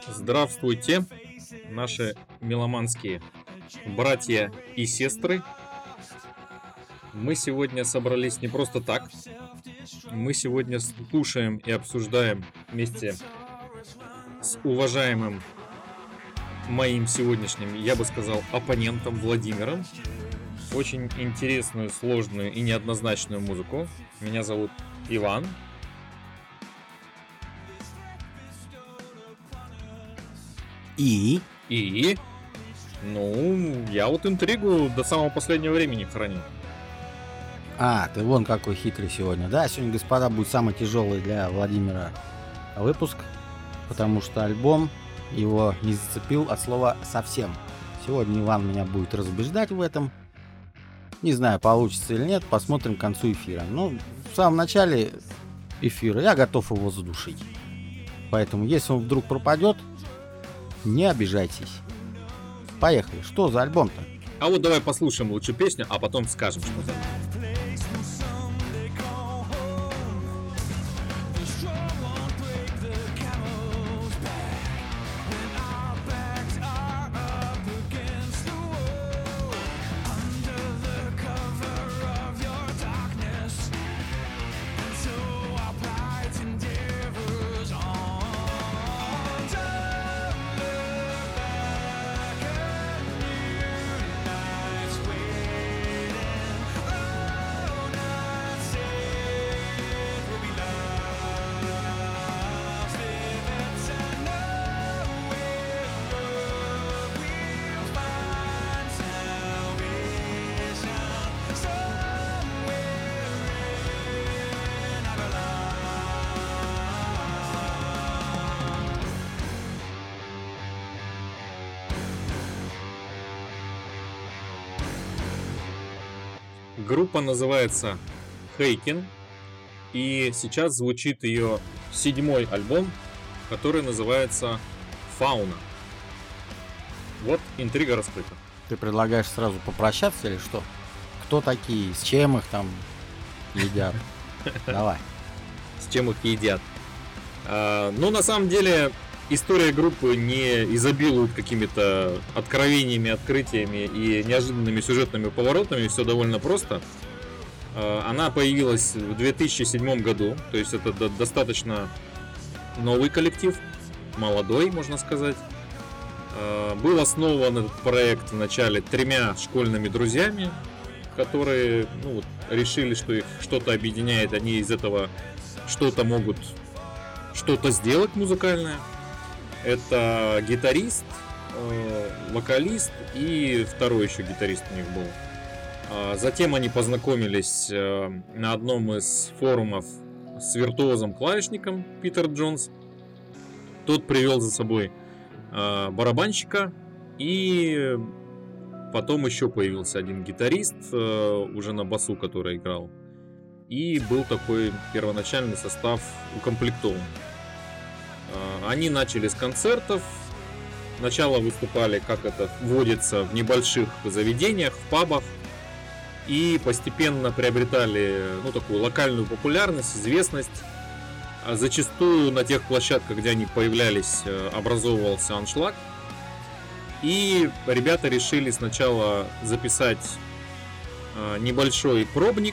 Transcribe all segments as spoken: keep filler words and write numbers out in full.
Здравствуйте, наши меломанские братья и сестры. Мы сегодня собрались не просто так. Мы сегодня слушаем и обсуждаем вместе с уважаемым моим сегодняшним, я бы сказал, оппонентом Владимиром очень интересную, сложную и неоднозначную музыку. Меня зовут Иван. И? И? Ну, я вот интригу до самого последнего времени храню. А, ты вон какой хитрый сегодня. Да, сегодня, господа, будет самый тяжелый для Владимира выпуск, потому что альбом его не зацепил от слова совсем. Сегодня Иван меня будет разубеждать в этом. Не знаю, получится или нет, посмотрим к концу эфира. Ну, в самом начале эфира я готов его задушить. Поэтому, если он вдруг пропадет, не обижайтесь. Поехали. Что за альбом-то? А вот давай послушаем лучше песню, а потом скажем, что за. Группа называется Haken, и сейчас звучит ее седьмой альбом, который называется Fauna. Вот интрига раскрыта. Ты предлагаешь сразу попрощаться или что? Кто такие, с чем их там едят? Давай. С чем их едят? Ну, на самом деле, история группы не изобилует какими-то откровениями, открытиями и неожиданными сюжетными поворотами. Все довольно просто. Она появилась в две тысячи седьмом году, то есть это достаточно новый коллектив, молодой, можно сказать. Был основан этот проект вначале тремя школьными друзьями, которые ну, решили, что их что-то объединяет, они из этого что-то могут что-то сделать музыкальное. Это гитарист, э, вокалист и второй еще гитарист у них был. А затем они познакомились э, на одном из форумов с виртуозом-клавишником Питер Джонс. Тот привел за собой э, барабанщика, и потом еще появился один гитарист, э, уже на басу, который играл. И был такой первоначальный состав укомплектован. Они начали с концертов. Сначала выступали, как это водится, в небольших заведениях, в пабах. И постепенно приобретали ну, такую локальную популярность, известность. Зачастую на тех площадках, где они появлялись, образовывался аншлаг. И ребята решили сначала записать небольшой пробник,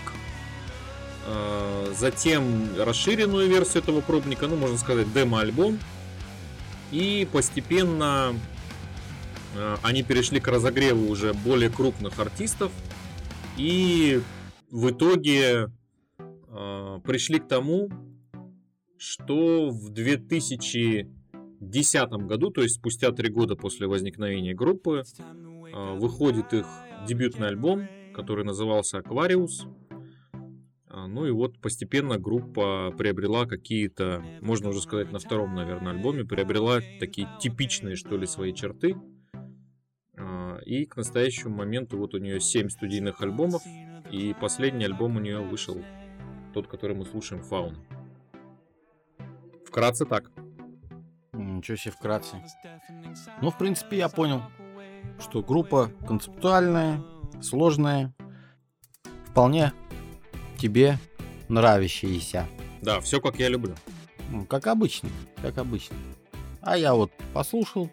затем расширенную версию этого пробника, ну, можно сказать, демо-альбом. И постепенно э, они перешли к разогреву уже более крупных артистов. И в итоге э, пришли к тому, что в две тысячи десятом году, то есть спустя три года после возникновения группы, э, выходит их дебютный альбом, который назывался Aquarius. Ну и вот постепенно группа приобрела какие-то, можно уже сказать, на втором, наверное, альбоме, приобрела такие типичные, что ли, свои черты. И к настоящему моменту вот у нее семь студийных альбомов, и последний альбом у нее вышел, тот, который мы слушаем, Fauna. Вкратце так. Ничего себе вкратце. Ну, в принципе, я понял, что группа концептуальная, сложная, вполне тебе нравящаяся. Да, все как я люблю. Ну, как обычно, как обычно. А я вот послушал,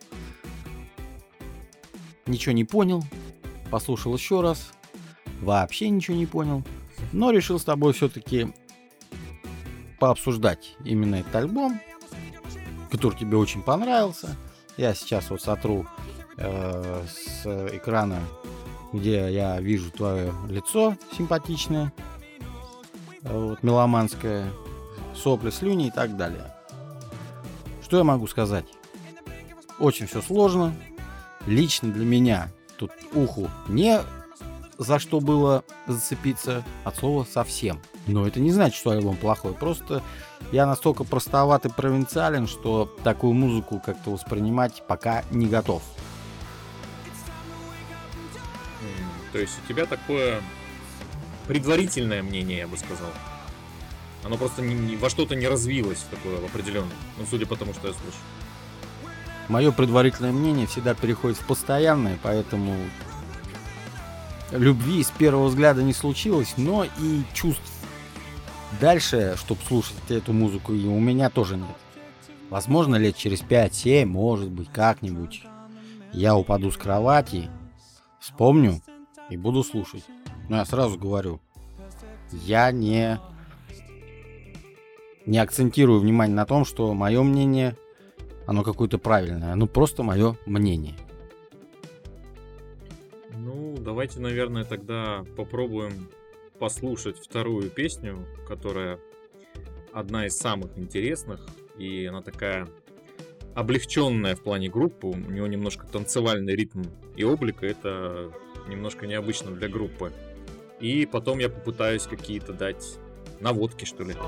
ничего не понял, послушал еще раз, вообще ничего не понял, но решил с тобой все-таки пообсуждать именно этот альбом, который тебе очень понравился. Я сейчас вот сотру э, с экрана, где я вижу твое лицо симпатичное, вот, меломанское, сопли, слюни и так далее. Что я могу сказать? Очень все сложно. Лично для меня тут уху не за что было зацепиться, от слова совсем. Но это не значит, что альбом плохой. Просто я настолько простоват и провинциален, что такую музыку как-то воспринимать пока не готов. То есть у тебя такое предварительное мнение, я бы сказал. Оно просто не, не, во что-то не развилось такое определенное. Ну, судя по тому, что я слышу. Мое предварительное мнение всегда переходит в постоянное, поэтому любви с первого взгляда не случилось, но и чувств дальше, чтобы слушать эту музыку, и у меня тоже нет. Возможно, лет через пять-семь, может быть, как-нибудь я упаду с кровати, вспомню и буду слушать. Но я сразу говорю, я не, не акцентирую внимание на том, что мое мнение, оно какое-то правильное. Оно просто мое мнение. Ну, давайте, наверное, тогда попробуем послушать вторую песню, которая одна из самых интересных. И она такая облегченная в плане группы. У него немножко танцевальный ритм и облик. Это немножко необычно для группы. И потом я попытаюсь какие-то дать наводки, что ли.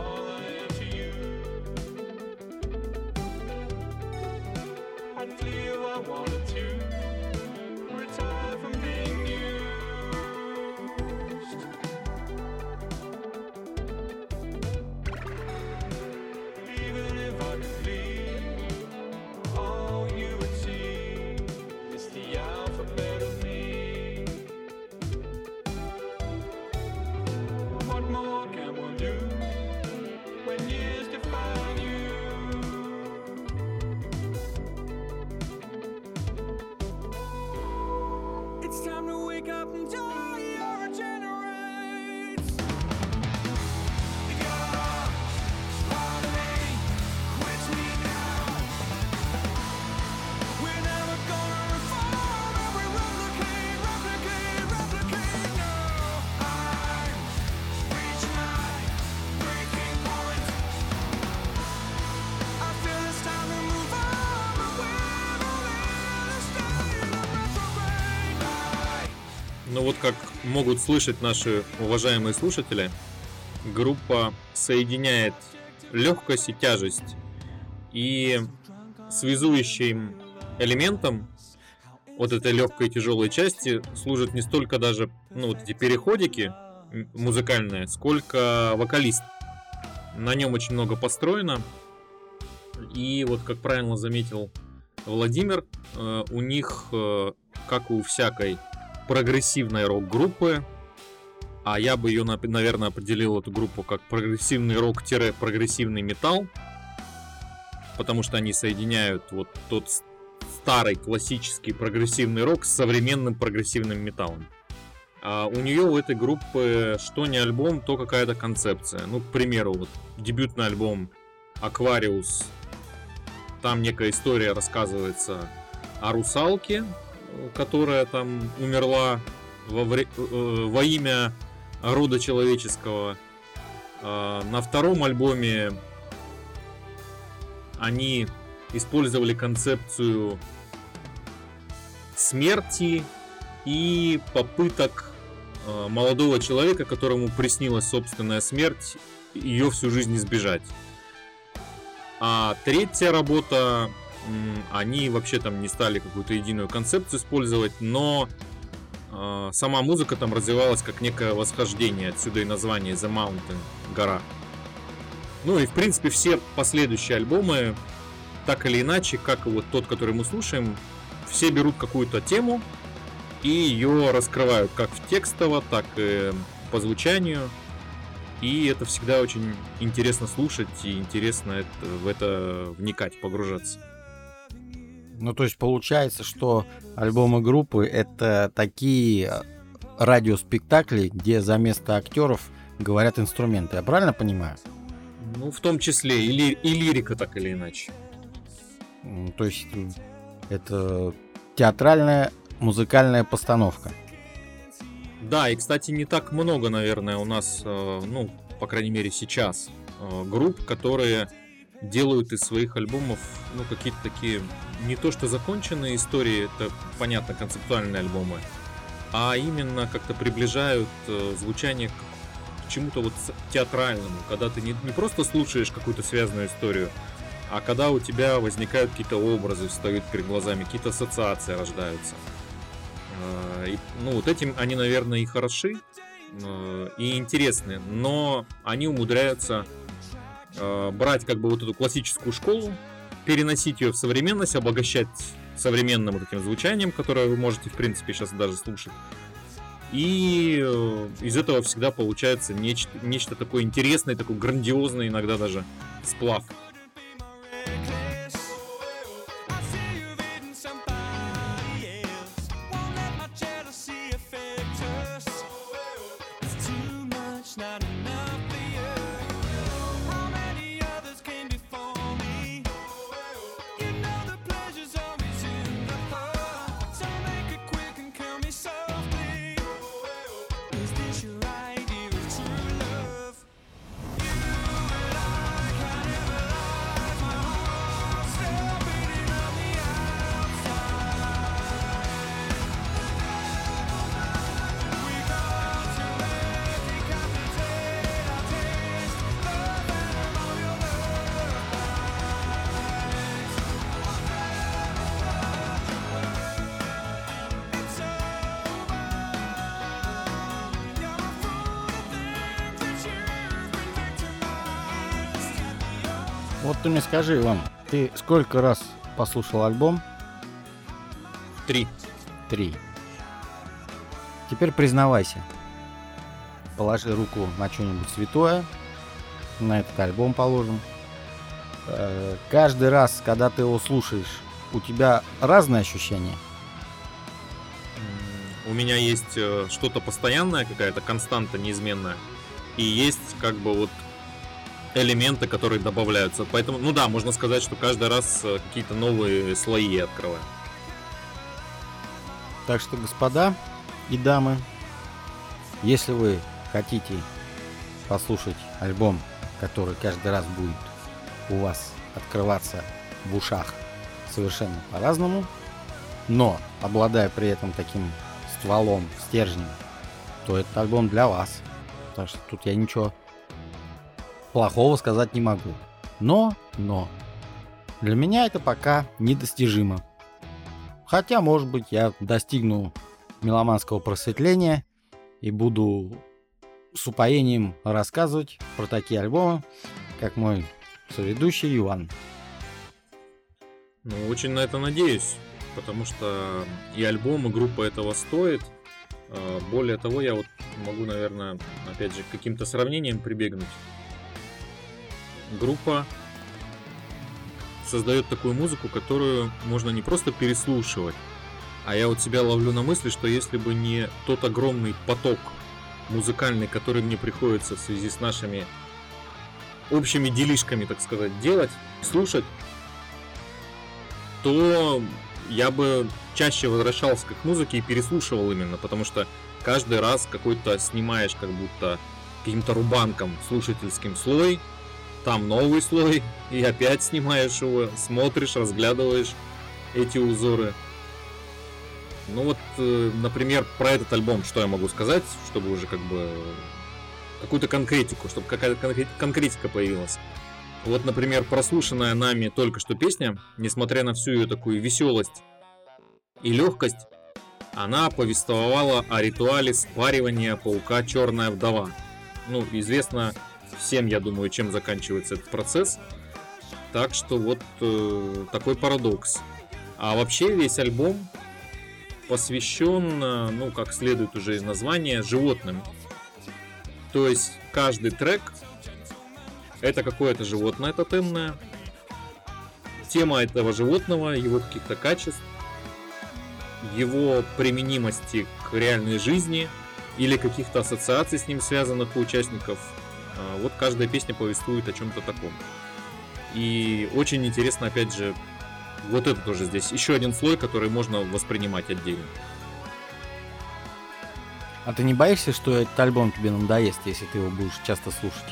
Ну вот как могут слышать наши уважаемые слушатели, группа соединяет легкость и тяжесть. И связующим элементом вот этой легкой и тяжелой части служат не столько даже ну, вот эти переходики музыкальные, сколько вокалист. На нем очень много построено. И вот как правильно заметил Владимир, у них, как и у всякой прогрессивной рок-группы, а я бы ее, наверное, определил эту группу как прогрессивный рок-прогрессивный металл, потому что они соединяют вот тот старый классический прогрессивный рок с современным прогрессивным металлом. А у нее у этой группы что не альбом, то какая-то концепция. Ну, к примеру, вот дебютный альбом Aquarius, там некая история рассказывается о русалке, которая там умерла во, вре... во имя рода человеческого. На втором альбоме они использовали концепцию смерти и попыток молодого человека, которому приснилась собственная смерть, ее всю жизнь избежать. А третья работа, они вообще там не стали какую-то единую концепцию использовать, но э, сама музыка там развивалась как некое восхождение, отсюда и название The Mountain, гора. Ну и в принципе все последующие альбомы, так или иначе, как и вот тот, который мы слушаем, все берут какую-то тему и ее раскрывают как в текстово, так и по звучанию. И это всегда очень интересно слушать и интересно это, в это вникать, погружаться. Ну, то есть получается, что альбомы группы — это такие радиоспектакли, где за место актеров говорят инструменты. Я правильно понимаю? Ну, в том числе и, ли, и лирика, так или иначе. То есть это театральная музыкальная постановка. Да, и, кстати, не так много, наверное, у нас, ну, по крайней мере, сейчас групп, которые делают из своих альбомов, ну, какие-то такие, не то что законченные истории, это, понятно, концептуальные альбомы, а именно как-то приближают звучание к чему-то вот театральному, когда ты не, не просто слушаешь какую-то связанную историю, а когда у тебя возникают какие-то образы, встают перед глазами, какие-то ассоциации рождаются. И, ну, вот этим они, наверное, и хороши, и интересны, но они умудряются брать как бы вот эту классическую школу, переносить ее в современность, обогащать современным вот этим звучанием, которое вы можете, в принципе, сейчас даже слушать. И из этого всегда получается нечто, нечто такое интересное, такое грандиозное, иногда даже сплав. Вот ты мне скажи, Иван, ты сколько раз послушал альбом? Три. Три. Теперь признавайся. Положи руку на что-нибудь святое, на этот альбом положим. Э, каждый раз, когда ты его слушаешь, у тебя разные ощущения? У меня есть что-то постоянное, какая-то константа неизменная, и есть как бы вот элементы, которые добавляются. Поэтому, ну да, можно сказать, что каждый раз какие-то новые слои открываю. Так что, господа и дамы, если вы хотите послушать альбом, который каждый раз будет у вас открываться в ушах совершенно по-разному, но обладая при этом таким стволом, стержнем, то этот альбом для вас. Так что тут я ничего плохого сказать не могу. Но, но, для меня это пока недостижимо. Хотя, может быть, я достигну меломанского просветления и буду с упоением рассказывать про такие альбомы, как мой соведущий Иван. Ну, очень на это надеюсь, потому что и альбом, и группа этого стоит. Более того, я вот могу, наверное, опять же, к каким-то сравнениям прибегнуть. Группа создает такую музыку, которую можно не просто переслушивать, а я вот себя ловлю на мысли, что если бы не тот огромный поток музыкальный, который мне приходится в связи с нашими общими делишками, так сказать, делать, слушать, то я бы чаще возвращался к их музыке и переслушивал именно, потому что каждый раз какой-то снимаешь как будто каким-то рубанком слушательским слой, там новый слой, и опять снимаешь его, смотришь, разглядываешь эти узоры. Ну вот, например, про этот альбом, что я могу сказать, чтобы уже как бы какую-то конкретику, чтобы какая-то конкретика появилась. Вот, например, прослушанная нами только что песня, несмотря на всю ее такую веселость и легкость, она повествовала о ритуале спаривания паука «Черная вдова». Ну, известно всем, я думаю, чем заканчивается этот процесс. Так что вот э, такой парадокс. А вообще весь альбом посвящен, ну, как следует уже из названия, животным. То есть каждый трек — это какое-то животное тотемное. тема этого животного, его каких-то качеств, его применимости к реальной жизни или каких-то ассоциаций с ним связанных у участников. Вот каждая песня повествует о чем-то таком. И очень интересно, опять же, вот это тоже здесь еще один слой, который можно воспринимать отдельно. А ты не боишься, что этот альбом тебе надоест, если ты его будешь часто слушать?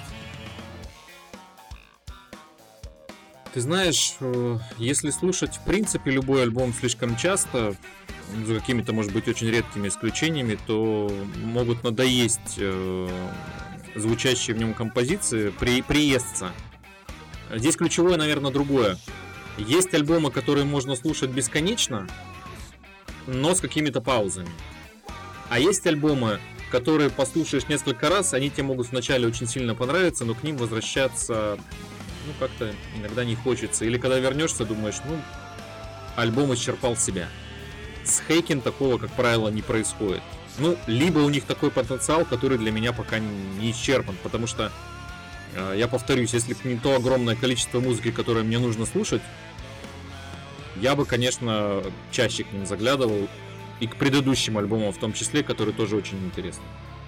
Ты знаешь, если слушать в принципе любой альбом слишком часто, за какими-то, может быть, очень редкими исключениями, то могут надоесть э, звучащие в нем композиции, при, приестся. Здесь ключевое, наверное, другое. Есть альбомы, которые можно слушать бесконечно, но с какими-то паузами. А есть альбомы, которые послушаешь несколько раз, они тебе могут вначале очень сильно понравиться, но к ним возвращаться, ну, как-то иногда не хочется. Или когда вернешься, думаешь, ну, альбом исчерпал себя. С Хейкен такого, как правило, не происходит. Ну, либо у них такой потенциал, который для меня пока не исчерпан, потому что, э, я повторюсь, если бы не то огромное количество музыки, которое мне нужно слушать, я бы, конечно, чаще к ним заглядывал, и к предыдущим альбомам в том числе, которые тоже очень интересны.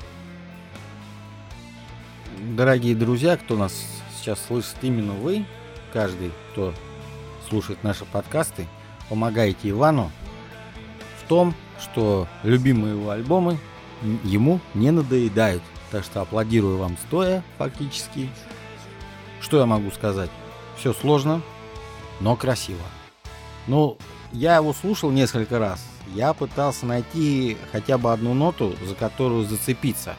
Дорогие друзья, кто нас сейчас слышит, именно вы, каждый, кто слушает наши подкасты, помогаете Ивану в том, что любимые его альбомы ему не надоедают. Так что аплодирую вам стоя, фактически. Что я могу сказать? Все сложно, но красиво. Ну, я его слушал несколько раз. Я пытался найти хотя бы одну ноту, за которую зацепиться.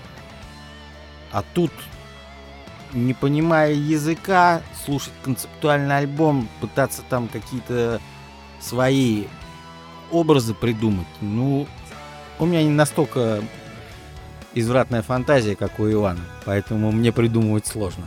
А тут, не понимая языка, слушать концептуальный альбом, пытаться там какие-то свои образы придумать. Ну, у меня не настолько извратная фантазия, как у Ивана, поэтому мне придумывать сложно.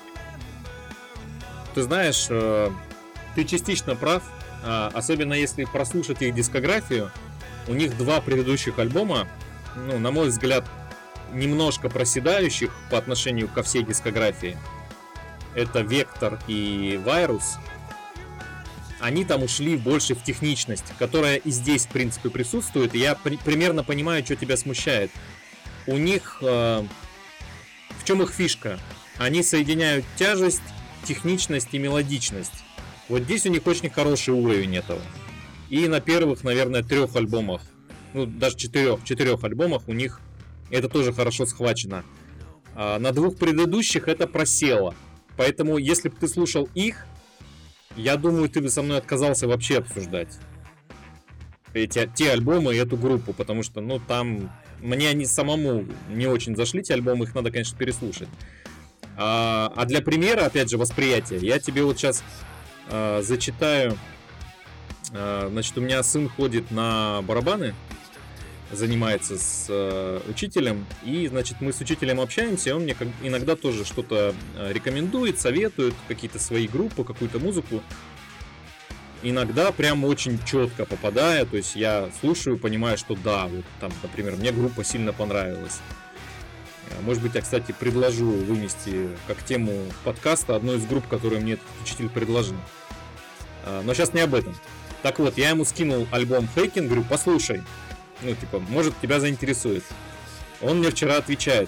Ты знаешь, ты частично прав, особенно если прослушать их дискографию. У них два предыдущих альбома, ну, на мой взгляд, немножко проседающих по отношению ко всей дискографии. Это «Вектор» и «Вирус». Они там ушли больше в техничность, которая и здесь, в принципе, присутствует. И я при- примерно понимаю, что тебя смущает. У них... Э, в чем их фишка? Они соединяют тяжесть, техничность и мелодичность. Вот здесь у них очень хороший уровень этого. И на первых, наверное, трех альбомах, ну, даже четырех, четырех альбомах у них это тоже хорошо схвачено. А на двух предыдущих это просело. Поэтому, если бы ты слушал их, я думаю, ты бы со мной отказался вообще обсуждать эти, те альбомы и эту группу, потому что, ну, там мне они самому не очень зашли, эти альбомы, их надо, конечно, переслушать. А, а для примера, опять же, восприятия, я тебе вот сейчас а, зачитаю. А, значит, у меня сын ходит на барабаны, занимается с э, учителем, и, значит, мы с учителем общаемся, и он мне как, иногда тоже что-то рекомендует, советует, какие-то свои группы, какую-то музыку. Иногда прям очень четко попадая, то есть я слушаю, понимаю, что да, вот там, например, мне группа сильно понравилась. Может быть, я, кстати, предложу вынести как тему подкаста одну из групп, которую мне этот учитель предложил. Но сейчас не об этом. Так вот, я ему скинул альбом Хейкен, говорю, послушай. Ну, типа, может, тебя заинтересует. Он мне вчера отвечает: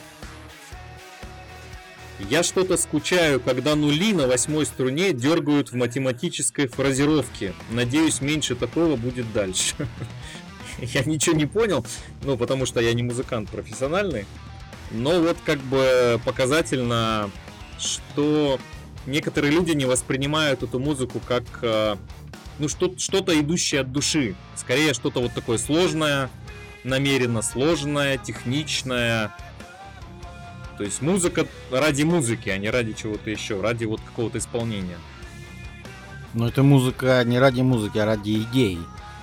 я что-то скучаю, когда нули на восьмой струне дергают в математической фразировке. Надеюсь, меньше такого будет дальше. Я ничего не понял, ну, потому что я не музыкант профессиональный. Но вот как бы показательно, что некоторые люди не воспринимают эту музыку как, ну, что- что-то идущее от души. Скорее, что-то вот такое сложное, намеренно сложное, техничное. То есть музыка ради музыки, а не ради чего-то еще, ради вот какого-то исполнения. Но это музыка не ради музыки, а ради идей.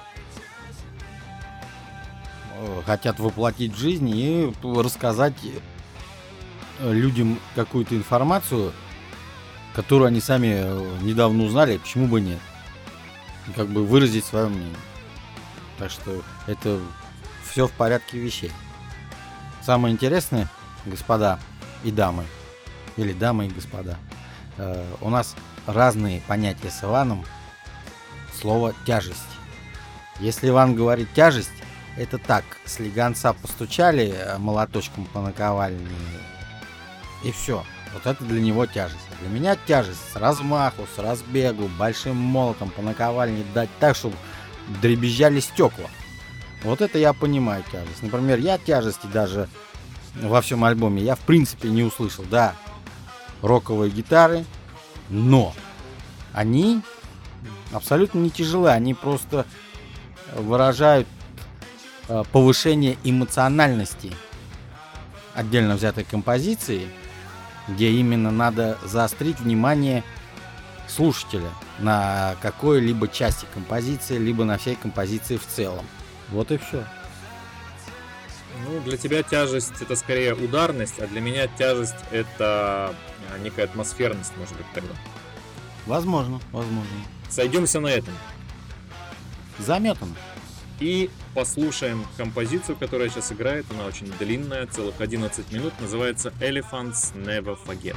Хотят воплотить в жизнь и рассказать людям какую-то информацию, которую они сами недавно узнали, почему бы нет. И как бы выразить свое мнение. Так что это все в порядке вещей. Самое интересное, господа и дамы, или дамы и господа, э, у нас разные понятия с Иваном слово «тяжесть». Если Иван говорит «тяжесть», это так, слегонца постучали молоточком по наковальне, и все. Вот это для него тяжесть. Для меня тяжесть с размаху, с разбегу, большим молотом по наковальне дать так, чтобы дребезжали стекла. Вот это я понимаю тяжесть. Например, я тяжести даже во всем альбоме я в принципе не услышал. Да, роковые гитары, но они абсолютно не тяжелые. Они просто выражают э, повышение эмоциональности отдельно взятой композиции, где именно надо заострить внимание слушателя на какой-либо части композиции, либо на всей композиции в целом. Вот и все. Ну, для тебя тяжесть это скорее ударность, а для меня тяжесть это некая атмосферность, может быть, тогда. Возможно, возможно. Сойдемся на этом. Заметано. И послушаем композицию, которая сейчас играет. Она очень длинная, целых одиннадцать минут. Называется Elephants Never Forget.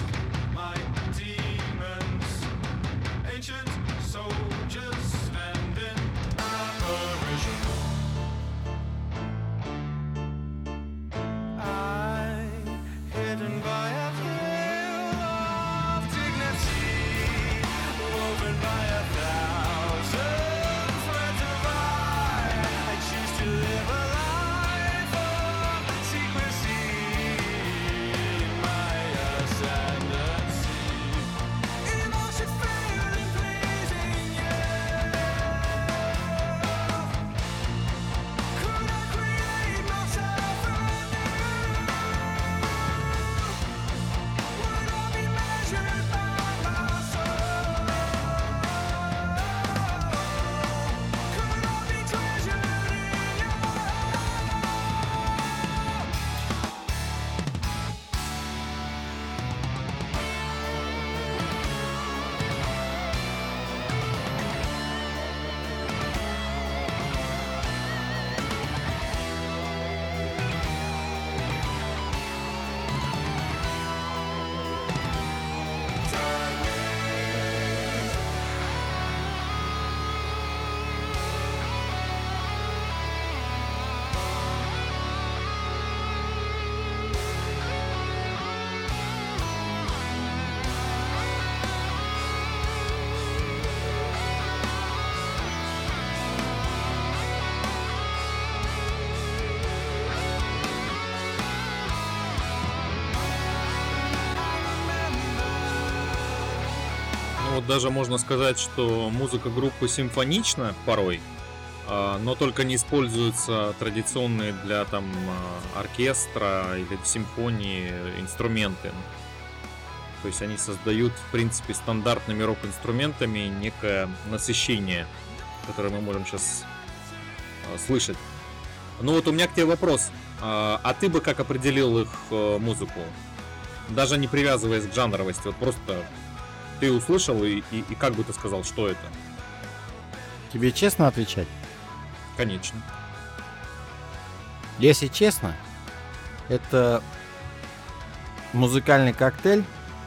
Вот даже можно сказать, что музыка группы симфонична порой, но только не используются традиционные для там оркестра или симфонии инструменты. То есть они создают, в принципе, стандартными рок-инструментами некое насыщение, которое мы можем сейчас слышать. Ну вот у меня к тебе вопрос. А ты бы как определил их музыку? Даже не привязываясь к жанровости, вот просто ты услышал и, и, и как бы ты сказал, что это? Тебе честно отвечать? Конечно. Если честно, это музыкальный коктейль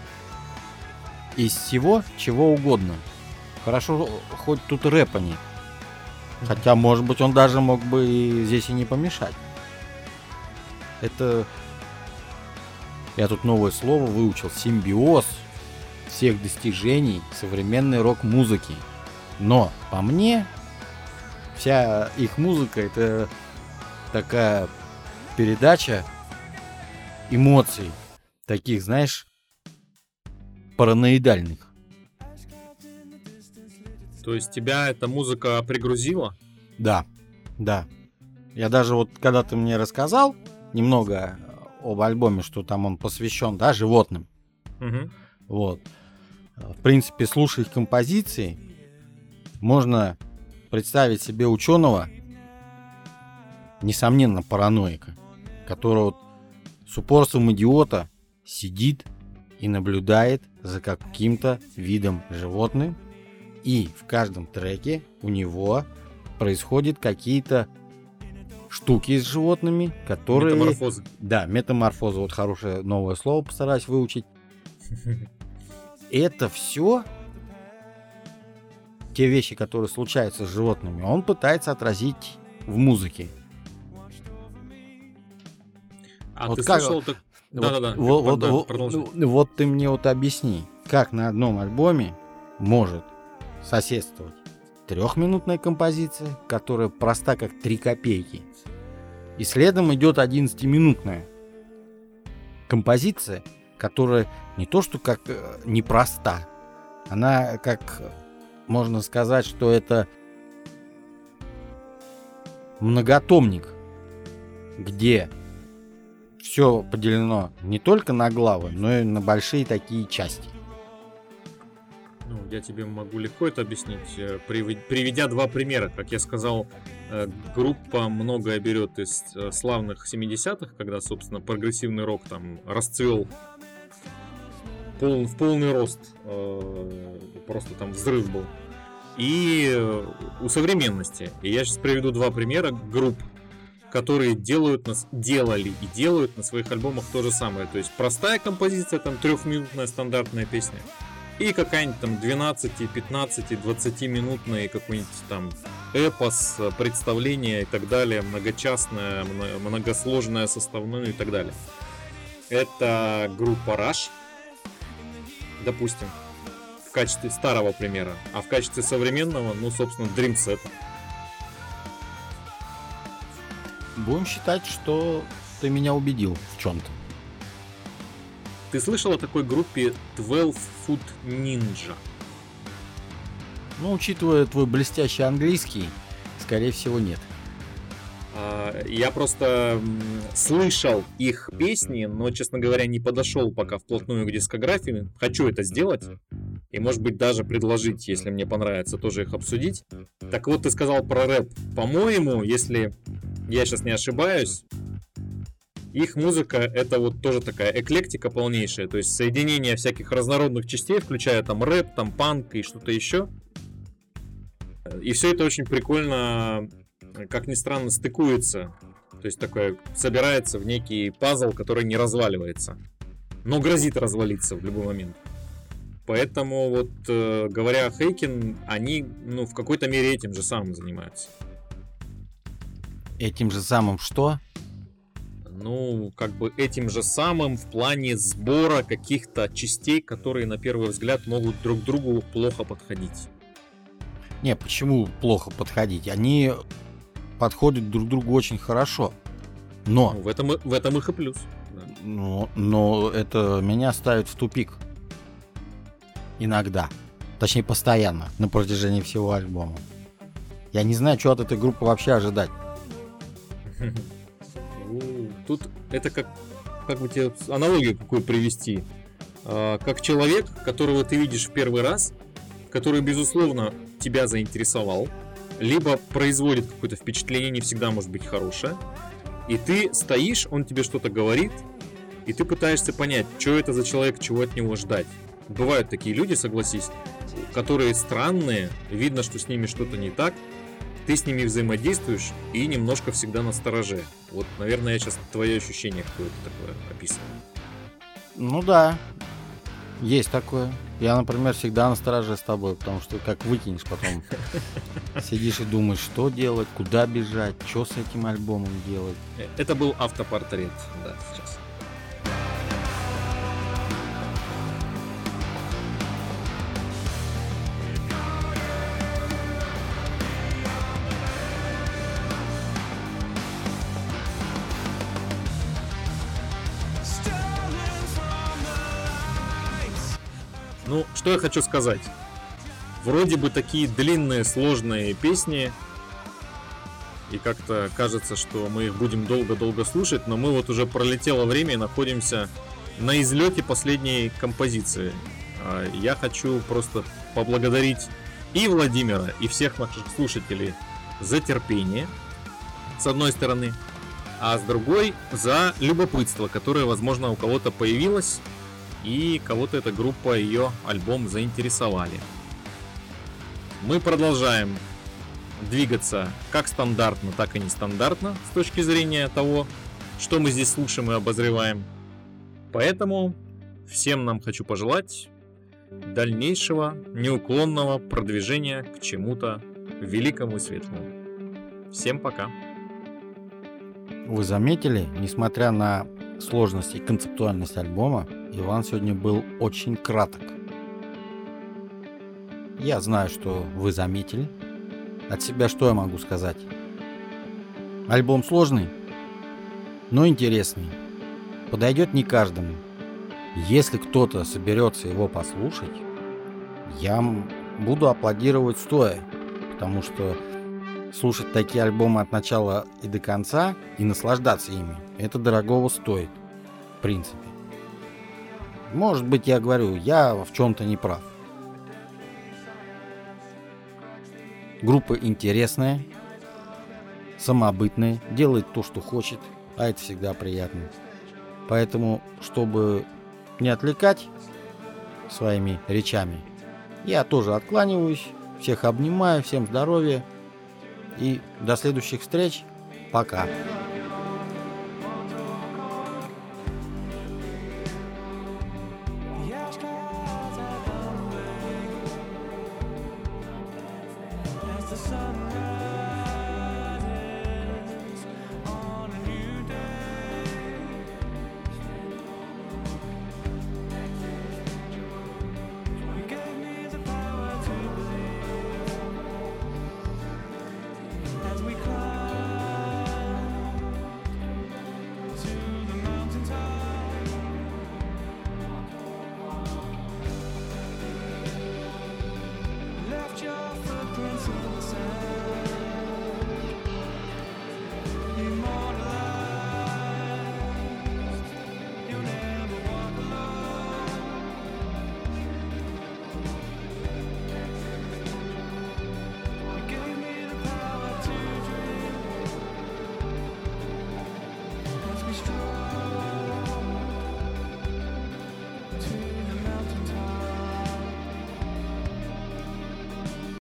из всего, чего угодно. Хорошо, хоть тут рэпа нет. Хотя, может быть, он даже мог бы и здесь и не помешать. Это... Я тут новое слово выучил. Симбиоз всех достижений современной рок-музыки. Но, по мне, вся их музыка — это такая передача эмоций. Таких, знаешь, параноидальных. То есть тебя эта музыка пригрузила? Да, да. Я даже вот, когда ты мне рассказал немного об альбоме, что там он посвящен, да, животным. Угу. Вот. В принципе, слушая их композиции, можно представить себе ученого, несомненно, параноика, который вот с упорством идиота сидит и наблюдает за каким-то видом животных, и в каждом треке у него происходят какие-то штуки с животными, которые... Метаморфозы. Да, метаморфозы. Вот хорошее новое слово постараюсь выучить. Это все те вещи, которые случаются с животными, он пытается отразить в музыке. А вот ты как... слышал так? Вот, Да-да-да. Вот, вот, да, вот, вот ты мне вот объясни, как на одном альбоме может соседствовать трехминутная композиция, которая проста как три копейки, и следом идет одиннадцатиминутная композиция, которая не то что как э, непроста, она как можно сказать, что это многотомник, где все поделено не только на главы, но и на большие такие части. Ну, я тебе могу легко это объяснить, приведя два примера. Как я сказал, группа многое берет из славных семидесятых, когда, собственно, прогрессивный рок там расцвел пол, в полный рост, просто там взрыв был. И у современности. И я сейчас приведу два примера групп, которые делают нас, делали и делают на своих альбомах то же самое. То есть простая композиция, там трехминутная стандартная песня, и какая-нибудь там двенадцать, пятнадцать, двадцать минутный какой-нибудь там эпос, представление и так далее, многочастное, многосложное составное и так далее. Это группа Rush, допустим, в качестве старого примера, а в качестве современного, ну, собственно, Dream Theater. Будем считать, что ты меня убедил в чем-то. Ты слышал о такой группе twelve Foot Ninja? Ну, учитывая твой блестящий английский, скорее всего, нет. Я просто слышал их песни, но, честно говоря, не подошел пока вплотную к дискографии. Хочу это сделать. И, может быть, даже предложить, если мне понравится, тоже их обсудить. Так вот, ты сказал про рэп. По-моему, если я сейчас не ошибаюсь, их музыка — это вот тоже такая эклектика полнейшая. То есть соединение всяких разнородных частей, включая там рэп, там панк и что-то еще. И все это очень прикольно, как ни странно, стыкуется. То есть такое собирается в некий пазл, который не разваливается, но грозит развалиться в любой момент. Поэтому вот, э, говоря о Хейкен, они, ну, в какой-то мере этим же самым занимаются. Этим же самым что? Ну, как бы этим же самым в плане сбора каких-то частей, которые на первый взгляд могут друг другу плохо подходить. Не, почему плохо подходить? Они подходят друг другу очень хорошо. Но... Ну, в этом, в этом их и плюс. Да. Но, но это меня ставит в тупик. Иногда. Точнее, постоянно. На протяжении всего альбома. Я не знаю, что от этой группы вообще ожидать. Тут это как, как бы тебе аналогию какую привести. А, как человек, которого ты видишь в первый раз, который, безусловно, тебя заинтересовал, либо производит какое-то впечатление, не всегда может быть хорошее, и ты стоишь, он тебе что-то говорит, и ты пытаешься понять, что это за человек, чего от него ждать. Бывают такие люди, согласись, которые странные, видно, что с ними что-то не так, ты с ними взаимодействуешь и немножко всегда настороже. Вот, наверное, я сейчас твое ощущение какое-то такое описываю. Ну да, есть такое. Я, например, всегда настороже с тобой, потому что как выкинешь потом. Сидишь и думаешь, что делать, куда бежать, что с этим альбомом делать. Это был автопортрет, да, сейчас. Ну, что я хочу сказать. Вроде бы такие длинные, сложные песни, и как-то кажется, что мы их будем долго-долго слушать, но мы вот уже пролетело время и находимся на излете последней композиции. Я хочу просто поблагодарить и Владимира, и всех наших слушателей за терпение, с одной стороны, а с другой за любопытство, которое, возможно, у кого-то появилось, и кого-то эта группа, ее альбом заинтересовали. Мы продолжаем двигаться как стандартно, так и нестандартно с точки зрения того, что мы здесь слушаем и обозреваем. Поэтому всем нам хочу пожелать дальнейшего неуклонного продвижения к чему-то великому и светлому. Всем пока! Вы заметили, несмотря на сложность и концептуальность альбома, Иван сегодня был очень краток. Я знаю, что вы заметили. От себя что я могу сказать? Альбом сложный, но интересный. Подойдет не каждому. Если кто-то соберется его послушать, я буду аплодировать стоя, потому что слушать такие альбомы от начала и до конца и наслаждаться ими, это дорогого стоит, в принципе. Может быть, я говорю, я в чем-то не прав. Группа интересная, самобытная, делает то, что хочет, а это всегда приятно. Поэтому, чтобы не отвлекать своими речами, я тоже откланиваюсь, всех обнимаю, всем здоровья и до следующих встреч. Пока. Your footprints in the sand.